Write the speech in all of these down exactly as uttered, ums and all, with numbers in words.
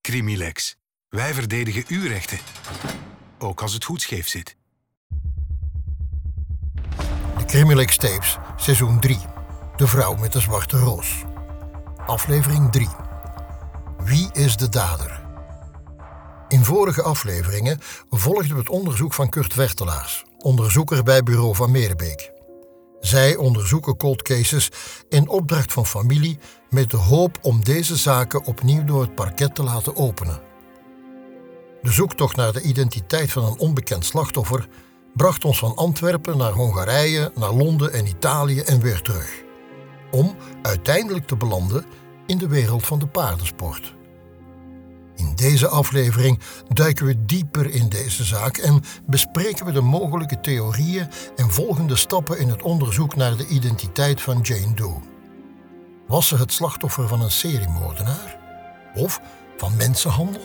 Crimilex. Wij verdedigen uw rechten. Ook als het goed scheef zit. De Crimilex Tapes, seizoen drie. De vrouw met de zwarte roos. Aflevering drie. Wie is de dader? In vorige afleveringen volgden we het onderzoek van Kurt Vertelaars, onderzoeker bij Bureau van Meerbeek. Zij onderzoeken cold cases in opdracht van familie met de hoop om deze zaken opnieuw door het parket te laten openen. De zoektocht naar de identiteit van een onbekend slachtoffer bracht ons van Antwerpen naar Hongarije, naar Londen en Italië en weer terug. Om uiteindelijk te belanden in de wereld van de paardensport. In deze aflevering duiken we dieper in deze zaak en bespreken we de mogelijke theorieën en volgende stappen in het onderzoek naar de identiteit van Jane Doe. Was ze het slachtoffer van een seriemoordenaar? Of van mensenhandel?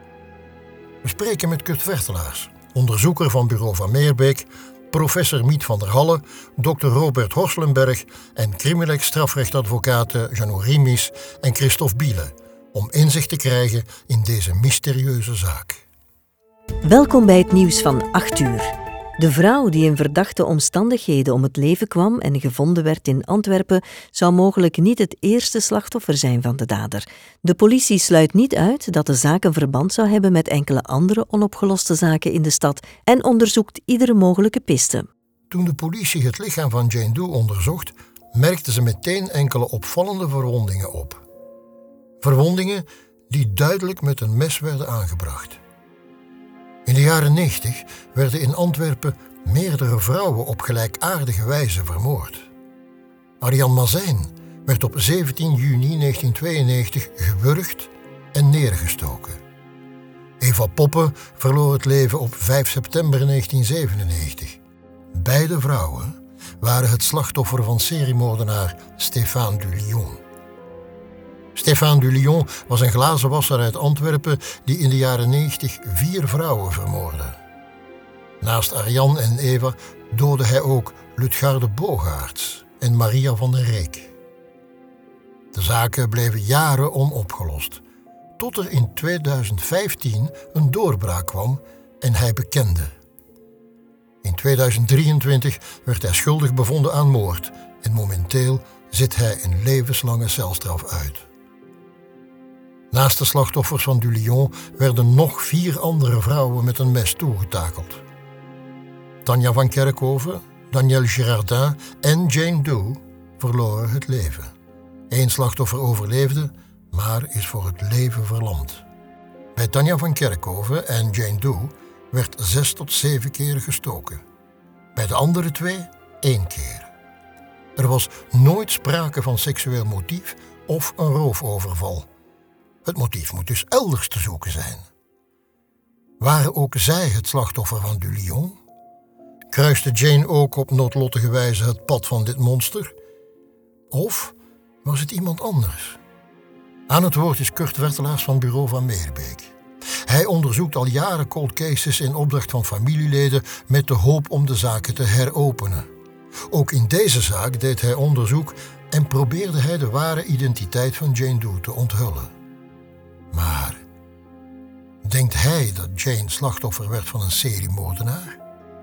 We spreken met Kurt Vertelaars, onderzoeker van Bureau van Meerbeek, professor Miet van der Halle, dokter Robert Horslenberg en Crimilex strafrechtadvocaten Jeannot Rimis en Christophe Biele, om inzicht te krijgen in deze mysterieuze zaak. Welkom bij het nieuws van acht uur. De vrouw die in verdachte omstandigheden om het leven kwam en gevonden werd in Antwerpen, zou mogelijk niet het eerste slachtoffer zijn van de dader. De politie sluit niet uit dat de zaak een verband zou hebben met enkele andere onopgeloste zaken in de stad en onderzoekt iedere mogelijke piste. Toen de politie het lichaam van Jane Doe onderzocht, merkten ze meteen enkele opvallende verwondingen op. Verwondingen die duidelijk met een mes werden aangebracht. In de jaren negentig werden in Antwerpen meerdere vrouwen op gelijkaardige wijze vermoord. Ariane Mazijn werd op zeventien juni negentien-tweeënnegentig gewurgd en neergestoken. Eva Poppe verloor het leven op vijf september negentien zevenennegentig. Beide vrouwen waren het slachtoffer van seriemoordenaar Stéphane Dulion. Stéphane Dulion was een glazenwasser uit Antwerpen die in de jaren negentig vier vrouwen vermoordde. Naast Ariane en Eva doodde hij ook Lutgarde Bogaerts en Maria van den Reek. De zaken bleven jaren onopgelost, tot er in tweeduizend vijftien een doorbraak kwam en hij bekende. In tweeduizend drieëntwintig werd hij schuldig bevonden aan moord en momenteel zit hij een levenslange celstraf uit. Naast de slachtoffers van Dulion werden nog vier andere vrouwen met een mes toegetakeld. Tanja van Kerkhoven, Danielle Girardin en Jane Doe verloren het leven. Eén slachtoffer overleefde, maar is voor het leven verlamd. Bij Tanja van Kerkhoven en Jane Doe werd zes tot zeven keer gestoken. Bij de andere twee één keer. Er was nooit sprake van seksueel motief of een roofoverval. Het motief moet dus elders te zoeken zijn. Waren ook zij het slachtoffer van Dulion? Kruiste Jane ook op noodlottige wijze het pad van dit monster? Of was het iemand anders? Aan het woord is Kurt Vertelaars van Bureau van Meerbeek. Hij onderzoekt al jaren cold cases in opdracht van familieleden met de hoop om de zaken te heropenen. Ook in deze zaak deed hij onderzoek en probeerde hij de ware identiteit van Jane Doe te onthullen. Maar denkt hij dat Jane slachtoffer werd van een seriemoordenaar?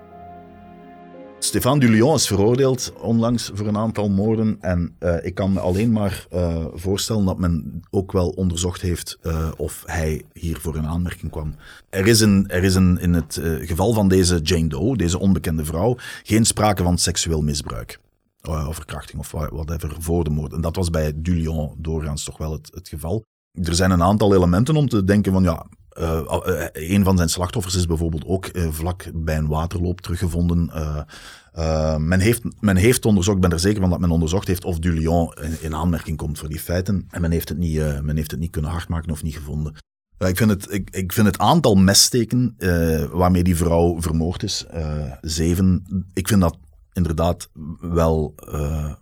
Stéphane Dulion is veroordeeld onlangs voor een aantal moorden en uh, ik kan me alleen maar uh, voorstellen dat men ook wel onderzocht heeft uh, of hij hiervoor in aanmerking kwam. Er is, een, er is een, in het uh, geval van deze Jane Doe, deze onbekende vrouw, geen sprake van seksueel misbruik. Uh, of verkrachting of whatever voor de moord. En dat was bij Dulion doorgaans toch wel het, het geval. Er zijn een aantal elementen om te denken van ja, uh, uh, een van zijn slachtoffers is bijvoorbeeld ook uh, vlak bij een waterloop teruggevonden. Uh, uh, men, heeft, men heeft onderzocht, ik ben er zeker van dat men onderzocht heeft of Dulion in, in aanmerking komt voor die feiten. En men heeft het niet, uh, men heeft het niet kunnen hardmaken of niet gevonden. Uh, ik, vind het, ik, ik vind het aantal messteken uh, waarmee die vrouw vermoord is, uh, zeven, ik vind dat inderdaad wel... Uh,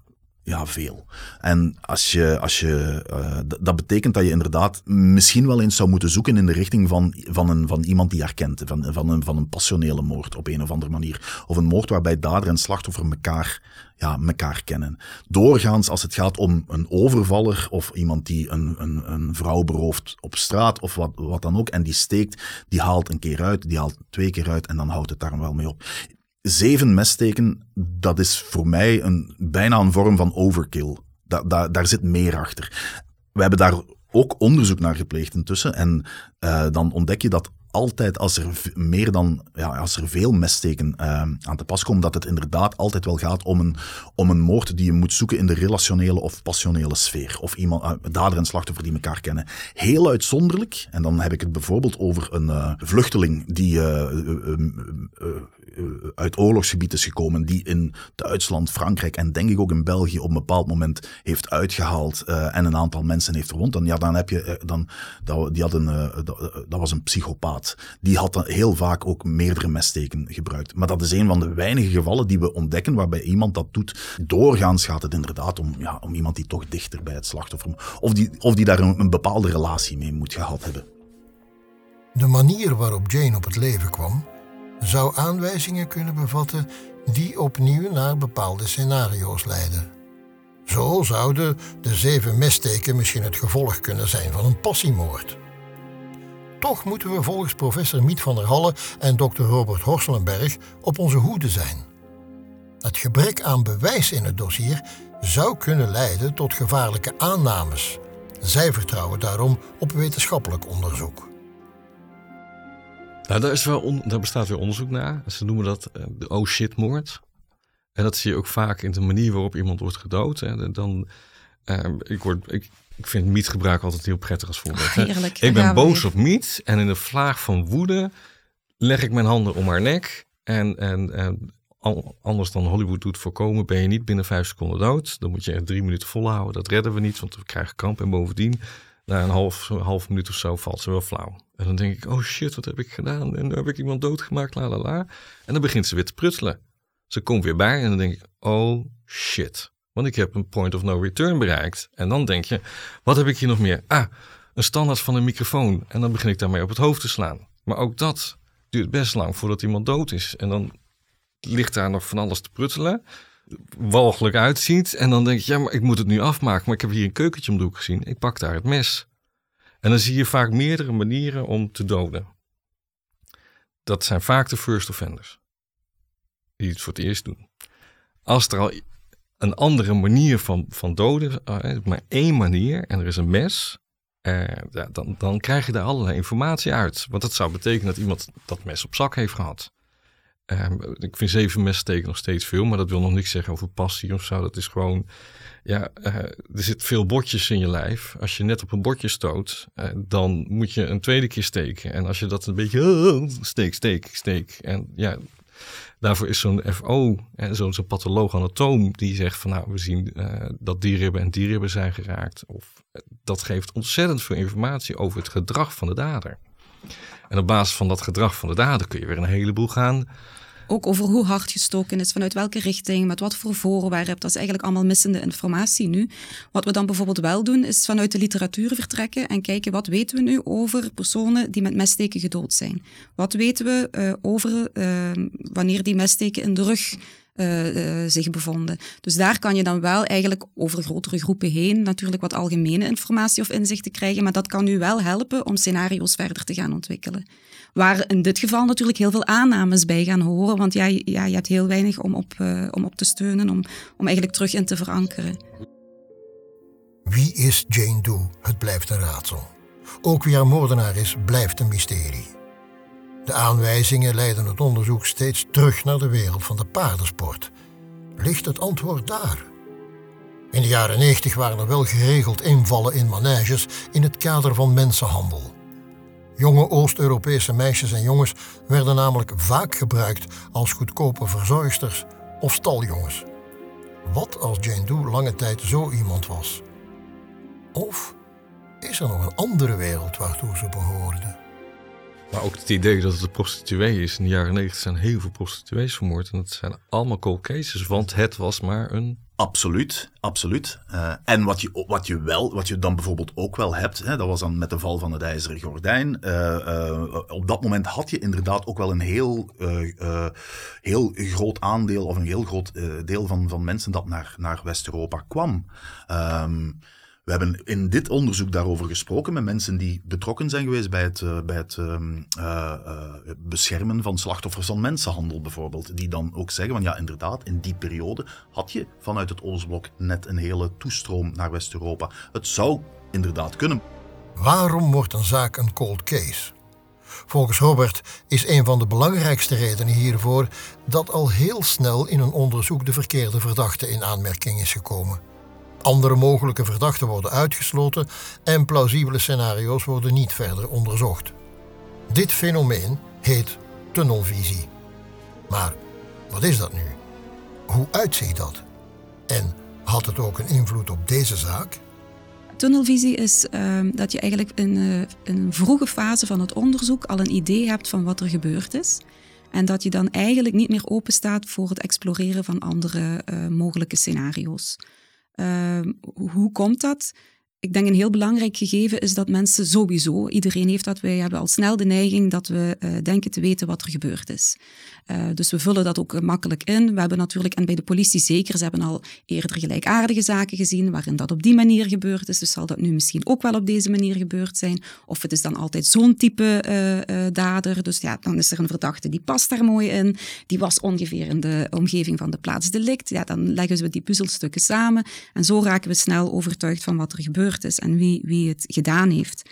Ja, veel. En als je, als je, uh, d- dat betekent dat je inderdaad misschien wel eens zou moeten zoeken in de richting van, van, een, van iemand die herkent, van, van, een, van een passionele moord op een of andere manier. Of een moord waarbij dader en slachtoffer elkaar, ja, elkaar kennen. Doorgaans als het gaat om een overvaller of iemand die een, een, een vrouw berooft op straat of wat, wat dan ook en die steekt, die haalt een keer uit, die haalt twee keer uit en dan houdt het daar wel mee op. Zeven messteken, dat is voor mij een, bijna een vorm van overkill. Da, da, daar zit meer achter. We hebben daar ook onderzoek naar gepleegd intussen. En uh, dan ontdek je dat altijd als er v- meer dan, ja, als er veel messteken uh, aan te pas komen, dat het inderdaad altijd wel gaat om een, om een moord die je moet zoeken in de relationele of passionele sfeer. Of iemand, uh, dader en slachtoffer die elkaar kennen. Heel uitzonderlijk, en dan heb ik het bijvoorbeeld over een uh, vluchteling die uh, uh, uh, uh, uh, uit oorlogsgebied is gekomen, die in Duitsland, Frankrijk en denk ik ook in België op een bepaald moment heeft uitgehaald uh, en een aantal mensen heeft verwond. Dan, ja, dan heb je, uh, dan, dat, die had een, uh, dat, uh, dat was een psychopaat. Die had dan heel vaak ook meerdere messteken gebruikt. Maar dat is een van de weinige gevallen die we ontdekken waarbij iemand dat doet. Doorgaans gaat het inderdaad om, ja, om iemand die toch dichter bij het slachtoffer, of die, of die daar een, een bepaalde relatie mee moet gehad hebben. De manier waarop Jane op het leven kwam, zou aanwijzingen kunnen bevatten die opnieuw naar bepaalde scenario's leiden. Zo zouden de zeven messteken misschien het gevolg kunnen zijn van een passiemoord. Toch moeten we volgens professor Miet van der Halle en dokter Robert Horselenberg op onze hoede zijn. Het gebrek aan bewijs in het dossier zou kunnen leiden tot gevaarlijke aannames. Zij vertrouwen daarom op wetenschappelijk onderzoek. Nou, daar, is wel on, daar bestaat weer onderzoek naar. Ze noemen dat uh, de oh shit moord. En dat zie je ook vaak in de manier waarop iemand wordt gedood. Hè. Dan, uh, ik, word, ik, ik vind mietgebruik altijd heel prettig als voorbeeld. Hè. Heerlijk. Ik ben Ja, boos weer. op Miet en in een vlaag van woede leg ik mijn handen om haar nek. En, en, en anders dan Hollywood doet voorkomen, ben je niet binnen vijf seconden dood. Dan moet je echt drie minuten volhouden. Dat redden we niet, want we krijgen kramp. En bovendien, na een half, een half minuut of zo valt ze wel flauw. En dan denk ik, oh shit, wat heb ik gedaan? En dan heb ik iemand doodgemaakt, la la la. En dan begint ze weer te pruttelen. Ze komt weer bij en dan denk ik, oh shit. Want ik heb een point of no return bereikt. En dan denk je, wat heb ik hier nog meer? Ah, een standaard van een microfoon. En dan begin ik daarmee op het hoofd te slaan. Maar ook dat duurt best lang voordat iemand dood is. En dan ligt daar nog van alles te pruttelen. Walgelijk uitziet. En dan denk je, ja, maar ik moet het nu afmaken. Maar ik heb hier een keukentje om de hoek gezien. Ik pak daar het mes. En dan zie je vaak meerdere manieren om te doden. Dat zijn vaak de first offenders. Die het voor het eerst doen. Als er al een andere manier van, van doden, uh, maar één manier, en er is een mes, uh, ja, dan, dan krijg je daar allerlei informatie uit. Want dat zou betekenen dat iemand dat mes op zak heeft gehad. Uh, ik vind zeven messteken nog steeds veel, maar dat wil nog niks zeggen over passie of zo. Dat is gewoon, ja, uh, er zitten veel botjes in je lijf. Als je net op een botje stoot, uh, dan moet je een tweede keer steken. En als je dat een beetje, uh, steek, steek, steek. En ja, daarvoor is zo'n F O, hè, zo'n, zo'n patholoog-anatoom, die zegt van nou, we zien uh, dat dierribben en dierribben zijn geraakt. Of uh, dat geeft ontzettend veel informatie over het gedrag van de dader. En op basis van dat gedrag van de dader kun je weer een heleboel gaan. Ook over hoe hard gestoken is, vanuit welke richting, met wat voor voorwerp. Dat is eigenlijk allemaal missende informatie nu. Wat we dan bijvoorbeeld wel doen, is vanuit de literatuur vertrekken en kijken wat weten we nu over personen die met messteken gedood zijn. Wat weten we uh, over uh, wanneer die messteken in de rug Uh, uh, zich bevonden. Dus daar kan je dan wel eigenlijk over grotere groepen heen natuurlijk wat algemene informatie of inzichten krijgen, maar dat kan u wel helpen om scenario's verder te gaan ontwikkelen. Waar in dit geval natuurlijk heel veel aannames bij gaan horen, want ja, ja, je hebt heel weinig om op, uh, om op te steunen, om, om eigenlijk terug in te verankeren. Wie is Jane Doe? Het blijft een raadsel. Ook wie haar moordenaar is, blijft een mysterie. De aanwijzingen leiden het onderzoek steeds terug naar de wereld van de paardensport. Ligt het antwoord daar? In de jaren negentig waren er wel geregeld invallen in maneges in het kader van mensenhandel. Jonge Oost-Europese meisjes en jongens werden namelijk vaak gebruikt als goedkope verzorgsters of staljongens. Wat als Jane Doe lange tijd zo iemand was? Of is er nog een andere wereld waartoe ze behoorde? Maar ook het idee dat het een prostituee is. In de jaren negentig zijn heel veel prostituees vermoord. En dat zijn allemaal cold cases. Want het was maar een Absoluut, absoluut. Uh, en wat je, wat, je wel, wat je dan bijvoorbeeld ook wel hebt, hè, dat was dan met de val van het IJzeren Gordijn. Uh, uh, op dat moment had je inderdaad ook wel een heel, uh, uh, heel groot aandeel, of een heel groot uh, deel van, van mensen dat naar, naar West-Europa kwam. Um, We hebben in dit onderzoek daarover gesproken met mensen die betrokken zijn geweest bij het, uh, bij het uh, uh, beschermen van slachtoffers van mensenhandel bijvoorbeeld. Die dan ook zeggen van ja, inderdaad, in die periode had je vanuit het Oostblok net een hele toestroom naar West-Europa. Het zou inderdaad kunnen. Waarom wordt een zaak een cold case? Volgens Robert is een van de belangrijkste redenen hiervoor dat al heel snel in een onderzoek de verkeerde verdachte in aanmerking is gekomen. Andere mogelijke verdachten worden uitgesloten en plausibele scenario's worden niet verder onderzocht. Dit fenomeen heet tunnelvisie. Maar wat is dat nu? Hoe uitziet dat? En had het ook een invloed op deze zaak? Tunnelvisie is uh, dat je eigenlijk in, uh, in een vroege fase van het onderzoek al een idee hebt van wat er gebeurd is. En dat je dan eigenlijk niet meer openstaat voor het exploreren van andere uh, mogelijke scenario's. Uh, hoe komt dat? Ik denk een heel belangrijk gegeven is dat mensen sowieso, iedereen heeft dat, wij hebben al snel de neiging dat we uh, denken te weten wat er gebeurd is. Uh, dus we vullen dat ook uh, makkelijk in. We hebben natuurlijk, en bij de politie zeker, ze hebben al eerder gelijkaardige zaken gezien waarin dat op die manier gebeurd is. Dus zal dat nu misschien ook wel op deze manier gebeurd zijn. Of het is dan altijd zo'n type uh, uh, dader. Dus ja, dan is er een verdachte die past daar mooi in. Die was ongeveer in de omgeving van de plaatsdelict. Ja, dan leggen we die puzzelstukken samen. En zo raken we snel overtuigd van wat er gebeurd is en wie, wie het gedaan heeft.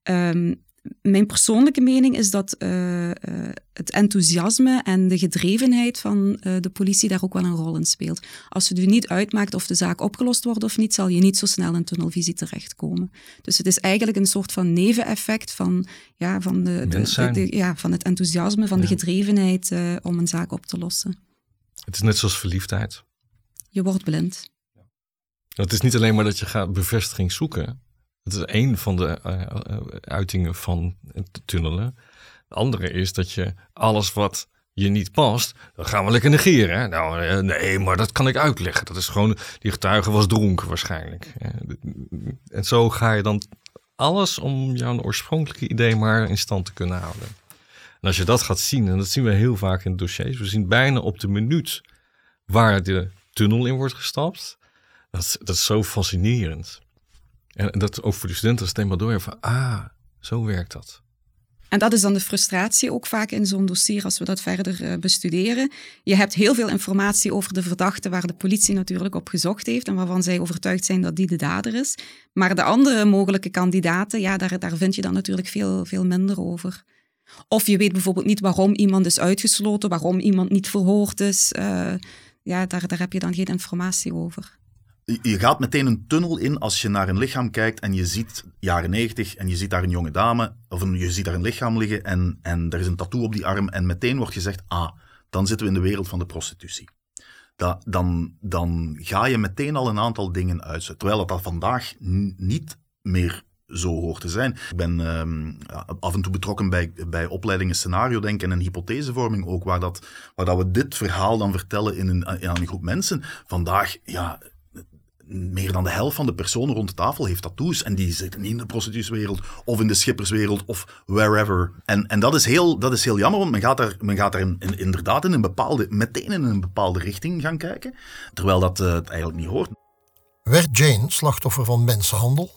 Um, Mijn persoonlijke mening is dat uh, uh, het enthousiasme en de gedrevenheid van uh, de politie daar ook wel een rol in speelt. Als het u niet uitmaakt of de zaak opgelost wordt of niet, zal je niet zo snel in tunnelvisie terechtkomen. Dus het is eigenlijk een soort van neveneffect van, ja, van, de, de, de, de, ja, van het enthousiasme, van ja. de gedrevenheid uh, om een zaak op te lossen. Het is net zoals verliefdheid. Je wordt blind. Het is niet alleen maar dat je gaat bevestiging zoeken. Het is één van de uh, uh, uitingen van het tunnelen. De andere is dat je alles wat je niet past, dan gaan we lekker negeren. Hè? Nou, uh, nee, maar dat kan ik uitleggen. Dat is gewoon, die getuige was dronken waarschijnlijk. En zo ga je dan alles om jouw oorspronkelijke idee maar in stand te kunnen houden. En als je dat gaat zien, en dat zien we heel vaak in de dossiers, we zien bijna op de minuut waar de tunnel in wordt gestapt. Dat is, dat is zo fascinerend. En dat ook voor de studenten is het helemaal door van, ah, zo werkt dat. En dat is dan de frustratie ook vaak in zo'n dossier als we dat verder uh, bestuderen. Je hebt heel veel informatie over de verdachte waar de politie natuurlijk op gezocht heeft en waarvan zij overtuigd zijn dat die de dader is. Maar de andere mogelijke kandidaten, ja, daar, daar vind je dan natuurlijk veel, veel minder over. Of je weet bijvoorbeeld niet waarom iemand is uitgesloten, waarom iemand niet verhoord is. Uh, ja, daar, daar heb je dan geen informatie over. Je gaat meteen een tunnel in als je naar een lichaam kijkt en je ziet jaren negentig en je ziet daar een jonge dame, of een, je ziet daar een lichaam liggen en, en er is een tattoo op die arm en meteen wordt gezegd, ah, dan zitten we in de wereld van de prostitutie. Dat, dan, dan ga je meteen al een aantal dingen uitzetten. Terwijl dat, dat vandaag n- niet meer zo hoort te zijn. Ik ben um, af en toe betrokken bij, bij opleidingen scenario-denken en hypothesevorming ook, waar, dat, waar dat we dit verhaal dan vertellen in een, in een groep mensen. Vandaag, ja... meer dan de helft van de personen rond de tafel heeft tattoos. En die zitten niet in de prostitutieswereld of in de schipperswereld of wherever. En, en dat, is heel, dat is heel jammer, want men gaat daar, men gaat daar in, in, inderdaad in een bepaalde, meteen in een bepaalde richting gaan kijken. Terwijl dat uh, het eigenlijk niet hoort. Werd Jane slachtoffer van mensenhandel?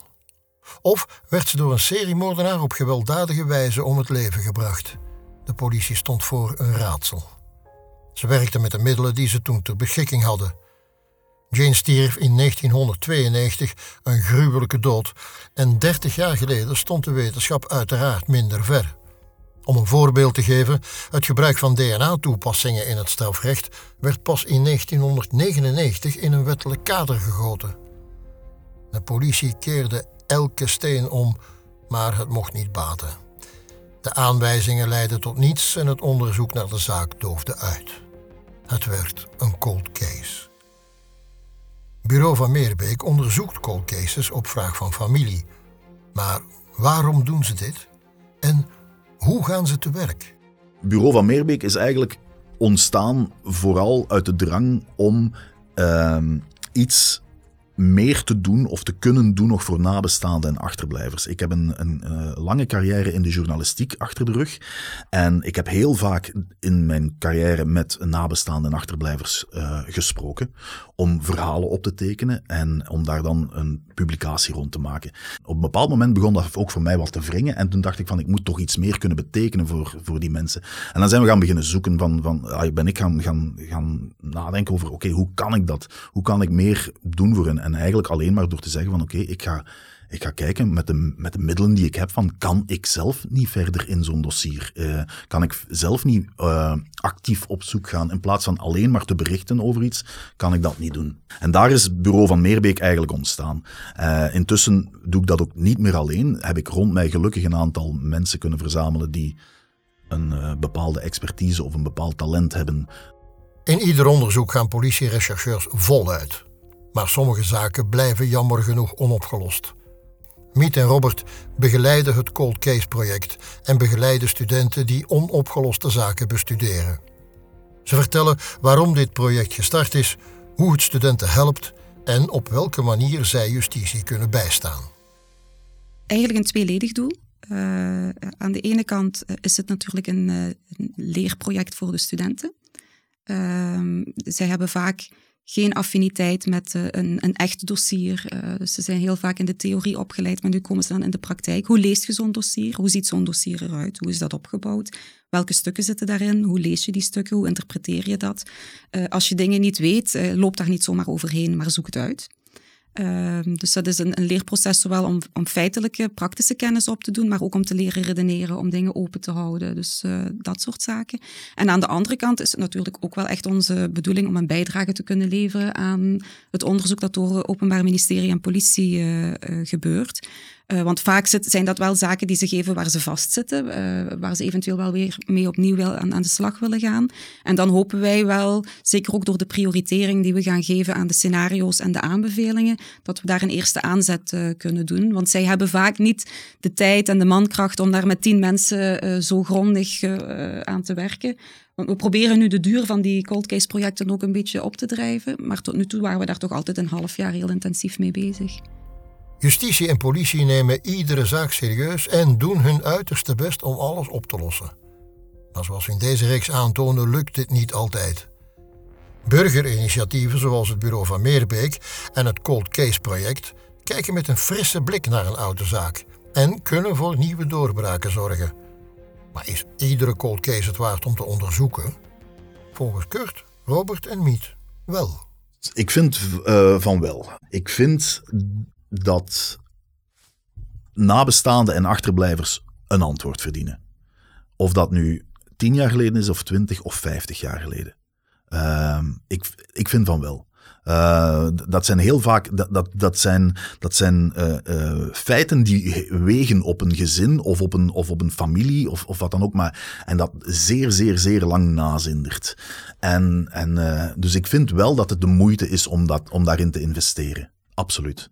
Of werd ze door een seriemoordenaar op gewelddadige wijze om het leven gebracht? De politie stond voor een raadsel. Ze werkte met de middelen die ze toen ter beschikking hadden. Jane stierf in negentienhonderdtweeënnegentig een gruwelijke dood en dertig jaar geleden stond de wetenschap uiteraard minder ver. Om een voorbeeld te geven, het gebruik van D N A-toepassingen in het strafrecht werd pas in negentienhonderdnegenennegentig in een wettelijk kader gegoten. De politie keerde elke steen om, maar het mocht niet baten. De aanwijzingen leidden tot niets en het onderzoek naar de zaak doofde uit. Het werd een cold case. Bureau van Meerbeek onderzoekt cold cases op vraag van familie. Maar waarom doen ze dit? En hoe gaan ze te werk? Bureau van Meerbeek is eigenlijk ontstaan vooral uit de drang om uh, iets meer te doen of te kunnen doen nog voor nabestaanden en achterblijvers. Ik heb een, een, een lange carrière in de journalistiek achter de rug en ik heb heel vaak in mijn carrière met nabestaanden en achterblijvers uh, gesproken om verhalen op te tekenen en om daar dan een publicatie rond te maken. Op een bepaald moment begon dat ook voor mij wat te wringen en toen dacht ik van ik moet toch iets meer kunnen betekenen voor, voor die mensen. En dan zijn we gaan beginnen zoeken van, van ah, ben ik gaan, gaan, gaan nadenken over oké, okay, hoe kan ik dat? Hoe kan ik meer doen voor hen? En eigenlijk alleen maar door te zeggen van oké, okay, ik ga, ik ga kijken met de, met de middelen die ik heb van kan ik zelf niet verder in zo'n dossier? Uh, kan ik zelf niet uh, actief op zoek gaan in plaats van alleen maar te berichten over iets, kan ik dat niet doen. En daar is het bureau van Meerbeek eigenlijk ontstaan. Uh, intussen doe ik dat ook niet meer alleen. Heb ik rond mij gelukkig een aantal mensen kunnen verzamelen die een uh, bepaalde expertise of een bepaald talent hebben. In ieder onderzoek gaan politierechercheurs voluit. Maar sommige zaken blijven jammer genoeg onopgelost. Miet en Robert begeleiden het Cold Case project en begeleiden studenten die onopgeloste zaken bestuderen. Ze vertellen waarom dit project gestart is, hoe het studenten helpt en op welke manier zij justitie kunnen bijstaan. Eigenlijk een tweeledig doel. Uh, aan de ene kant is het natuurlijk een, uh, een leerproject voor de studenten. Uh, zij hebben vaak geen affiniteit met uh, een, een echt dossier. Uh, dus ze zijn heel vaak in de theorie opgeleid, maar nu komen ze dan in de praktijk. Hoe leest je zo'n dossier? Hoe ziet zo'n dossier eruit? Hoe is dat opgebouwd? Welke stukken zitten daarin? Hoe lees je die stukken? Hoe interpreteer je dat? Uh, als je dingen niet weet, uh, loop daar niet zomaar overheen, maar zoek het uit. Uh, dus dat is een, een leerproces zowel om, om feitelijke, praktische kennis op te doen, maar ook om te leren redeneren, om dingen open te houden. Dus uh, dat soort zaken. En aan de andere kant is het natuurlijk ook wel echt onze bedoeling om een bijdrage te kunnen leveren aan het onderzoek dat door het Openbaar Ministerie en Politie uh, uh, gebeurt. Uh, want vaak zit, zijn dat wel zaken die ze geven waar ze vastzitten, uh, waar ze eventueel wel weer mee opnieuw wel aan, aan de slag willen gaan. En dan hopen wij wel, zeker ook door de prioritering die we gaan geven aan de scenario's en de aanbevelingen, dat we daar een eerste aanzet uh, kunnen doen. Want zij hebben vaak niet de tijd en de mankracht om daar met tien mensen uh, zo grondig uh, aan te werken. Want we proberen nu de duur van die cold case projecten ook een beetje op te drijven, maar tot nu toe waren we daar toch altijd een half jaar heel intensief mee bezig. Justitie en politie nemen iedere zaak serieus en doen hun uiterste best om alles op te lossen. Maar zoals we in deze reeks aantonen, lukt dit niet altijd. Burgerinitiatieven zoals het Bureau van Meerbeek en het Cold Case project kijken met een frisse blik naar een oude zaak en kunnen voor nieuwe doorbraken zorgen. Maar is iedere cold case het waard om te onderzoeken? Volgens Kurt, Robert en Miet wel. Ik vind uh, van wel. Ik vind dat nabestaanden en achterblijvers een antwoord verdienen. Of dat nu tien jaar geleden is, of twintig of vijftig jaar geleden. Uh, ik, ik vind van wel. Uh, dat zijn heel vaak, dat, dat, dat zijn, dat zijn uh, uh, feiten die wegen op een gezin of op een, of op een familie of, of wat dan ook, maar en dat zeer, zeer, zeer lang nazindert. En, en uh, dus ik vind wel dat het de moeite is om, dat, om daarin te investeren. Absoluut.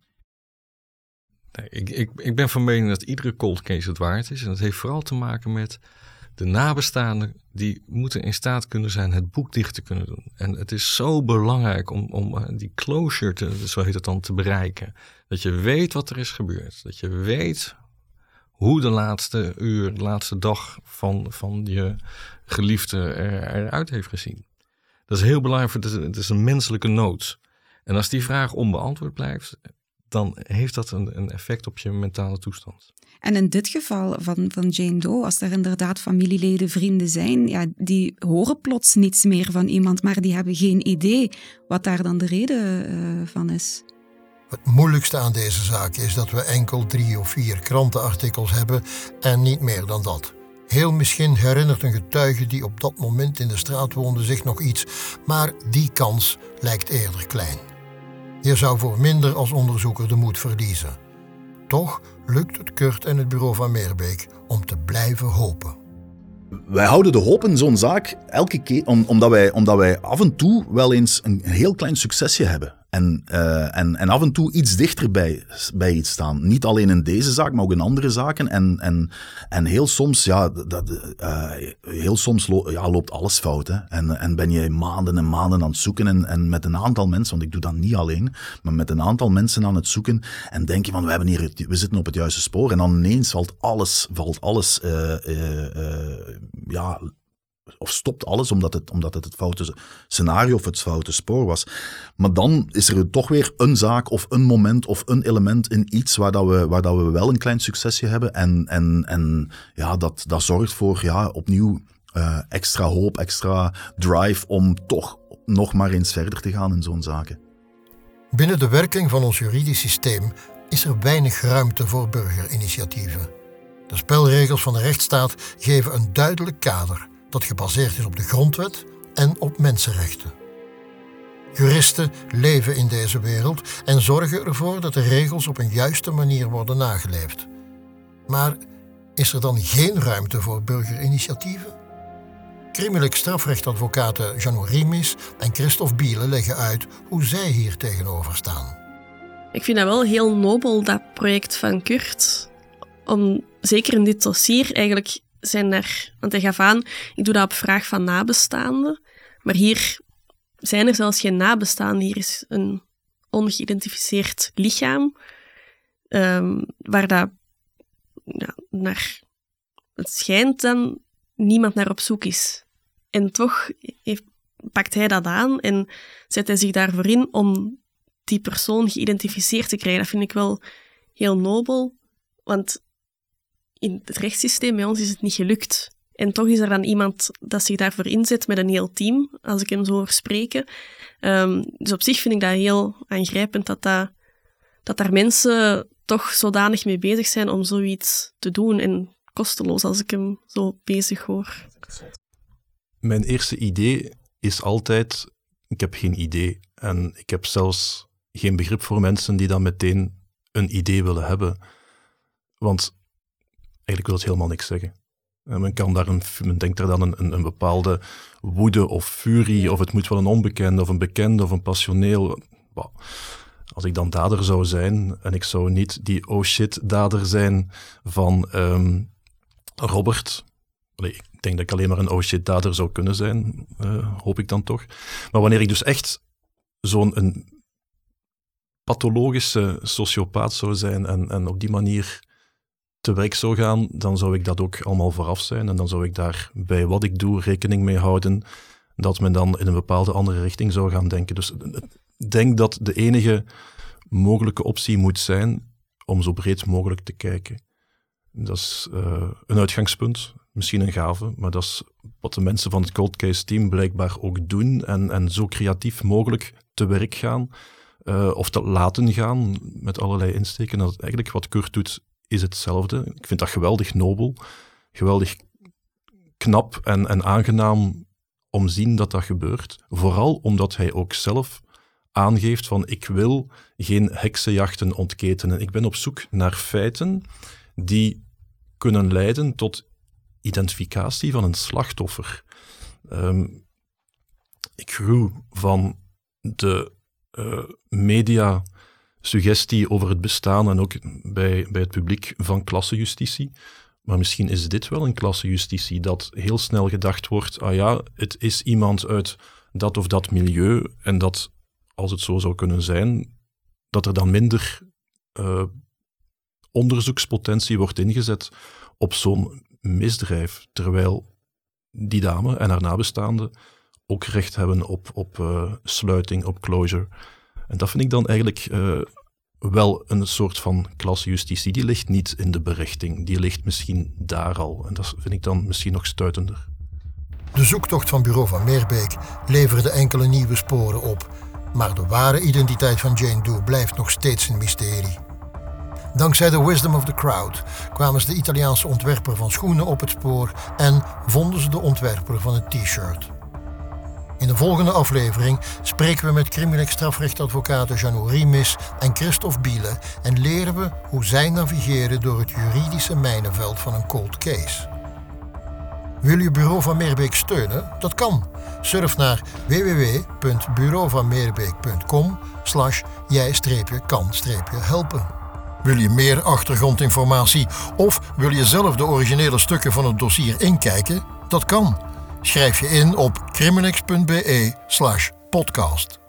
Nee, ik, ik, ik ben van mening dat iedere cold case het waard is. En dat heeft vooral te maken met de nabestaanden. Die moeten in staat kunnen zijn het boek dicht te kunnen doen. En het is zo belangrijk om, om die closure, te, zo heet het dan, te bereiken. Dat je weet wat er is gebeurd. Dat je weet hoe de laatste uur, de laatste dag van, van je geliefde er, eruit heeft gezien. Dat is heel belangrijk. Het is een menselijke nood. En als die vraag onbeantwoord blijft, dan heeft dat een, een effect op je mentale toestand. En in dit geval van, van Jane Doe, als er inderdaad familieleden, vrienden zijn, ja, die horen plots niets meer van iemand, maar die hebben geen idee wat daar dan de reden uh, van is. Het moeilijkste aan deze zaak is dat we enkel drie of vier krantenartikels hebben en niet meer dan dat. Heel misschien herinnert een getuige die op dat moment in de straat woonde zich nog iets, maar die kans lijkt eerder klein. Je zou voor minder als onderzoeker de moed verliezen. Toch lukt het Kurt en het Bureau van Meerbeek om te blijven hopen. Wij houden de hoop in zo'n zaak elke keer, om, omdat, wij, omdat wij af en toe wel eens een heel klein succesje hebben. En, uh, en, en af en toe iets dichter bij, bij iets staan. Niet alleen in deze zaak, maar ook in andere zaken. En, en, en heel soms, ja, dat, uh, heel soms lo- ja, loopt alles fout. Hè? En, en ben je maanden en maanden aan het zoeken. En, en met een aantal mensen, want ik doe dat niet alleen, maar met een aantal mensen aan het zoeken. En denk je van, we, hebben hier, we zitten op het juiste spoor. En dan ineens valt alles, valt alles, uh, uh, uh, ja... Of stopt alles omdat het, omdat het het foute scenario of het foute spoor was. Maar dan is er toch weer een zaak of een moment of een element in iets waar, dat we, waar dat we wel een klein succesje hebben. En, en, en ja, dat, dat zorgt voor ja, opnieuw uh, extra hoop, extra drive om toch nog maar eens verder te gaan in zo'n zaken. Binnen de werking van ons juridisch systeem is er weinig ruimte voor burgerinitiatieven. De spelregels van de rechtsstaat geven een duidelijk kader dat gebaseerd is op de grondwet en op mensenrechten. Juristen leven in deze wereld en zorgen ervoor dat de regels op een juiste manier worden nageleefd. Maar is er dan geen ruimte voor burgerinitiatieven? Crimineel strafrechtadvocaten Jeannot Rimis en Christophe Biele leggen uit hoe zij hier tegenover staan. Ik vind dat wel heel nobel, dat project van Kurt, om zeker in dit dossier eigenlijk zijn er, want hij gaf aan, ik doe dat op vraag van nabestaanden, maar hier zijn er zelfs geen nabestaanden. Hier is een ongeïdentificeerd lichaam, um, waar dat, ja, naar het schijnt dan niemand naar op zoek is. En toch heeft, pakt hij dat aan en zet hij zich daarvoor in om die persoon geïdentificeerd te krijgen. Dat vind ik wel heel nobel, want in het rechtssysteem bij ons is het niet gelukt. En toch is er dan iemand dat zich daarvoor inzet met een heel team, als ik hem zo hoor spreken. Um, dus op zich vind ik dat heel aangrijpend dat, dat, dat daar mensen toch zodanig mee bezig zijn om zoiets te doen. En kosteloos, als ik hem zo bezig hoor. Mijn eerste idee is altijd, ik heb geen idee. En ik heb zelfs geen begrip voor mensen die dan meteen een idee willen hebben. Want eigenlijk wil het helemaal niks zeggen. En men, kan daar een, men denkt er dan een, een, een bepaalde woede of furie, of het moet wel een onbekende, of een bekende, of een passioneel. Bah, als ik dan dader zou zijn, en ik zou niet die oh shit dader zijn van um, Robert. Allee, ik denk dat ik alleen maar een oh shit dader zou kunnen zijn, uh, hoop ik dan toch. Maar wanneer ik dus echt zo'n een pathologische sociopaat zou zijn en, en op die manier te werk zou gaan, dan zou ik dat ook allemaal vooraf zijn. En dan zou ik daar bij wat ik doe rekening mee houden dat men dan in een bepaalde andere richting zou gaan denken. Dus ik denk dat de enige mogelijke optie moet zijn om zo breed mogelijk te kijken. Dat is uh, een uitgangspunt, misschien een gave, maar dat is wat de mensen van het Cold Case team blijkbaar ook doen en, en zo creatief mogelijk te werk gaan uh, of te laten gaan met allerlei insteken. Dat eigenlijk wat Kurt doet is hetzelfde. Ik vind dat geweldig nobel, geweldig knap en, en aangenaam om te zien dat dat gebeurt. Vooral omdat hij ook zelf aangeeft van ik wil geen heksenjachten ontketenen. Ik ben op zoek naar feiten die kunnen leiden tot identificatie van een slachtoffer. Um, ik gruw van de uh, media suggestie over het bestaan en ook bij, bij het publiek van klassenjustitie. Maar misschien is dit wel een klassenjustitie, dat heel snel gedacht wordt, ah ja, het is iemand uit dat of dat milieu en dat, als het zo zou kunnen zijn, dat er dan minder uh, onderzoekspotentie wordt ingezet op zo'n misdrijf, terwijl die dame en haar nabestaanden ook recht hebben op, op uh, sluiting, op closure. En dat vind ik dan eigenlijk uh, wel een soort van klassenjustitie. Die ligt niet in de berechting, die ligt misschien daar al. En dat vind ik dan misschien nog stuitender. De zoektocht van Bureau van Meerbeek leverde enkele nieuwe sporen op, maar de ware identiteit van Jane Doe blijft nog steeds een mysterie. Dankzij de wisdom of the crowd kwamen ze de Italiaanse ontwerper van schoenen op het spoor en vonden ze de ontwerper van het t-shirt. In de volgende aflevering spreken we met crimineel strafrechtadvocaten Jeannot Rimis en Christophe Biele en leren we hoe zij navigeren door het juridische mijnenveld van een cold case. Wil je Bureau van Meerbeek steunen? Dat kan. Surf naar w w w punt bureau van meerbeek punt com slash jij-kan-helpen. Wil je meer achtergrondinformatie of wil je zelf de originele stukken van het dossier inkijken? Dat kan. Schrijf je in op criminex punt b e slash podcast.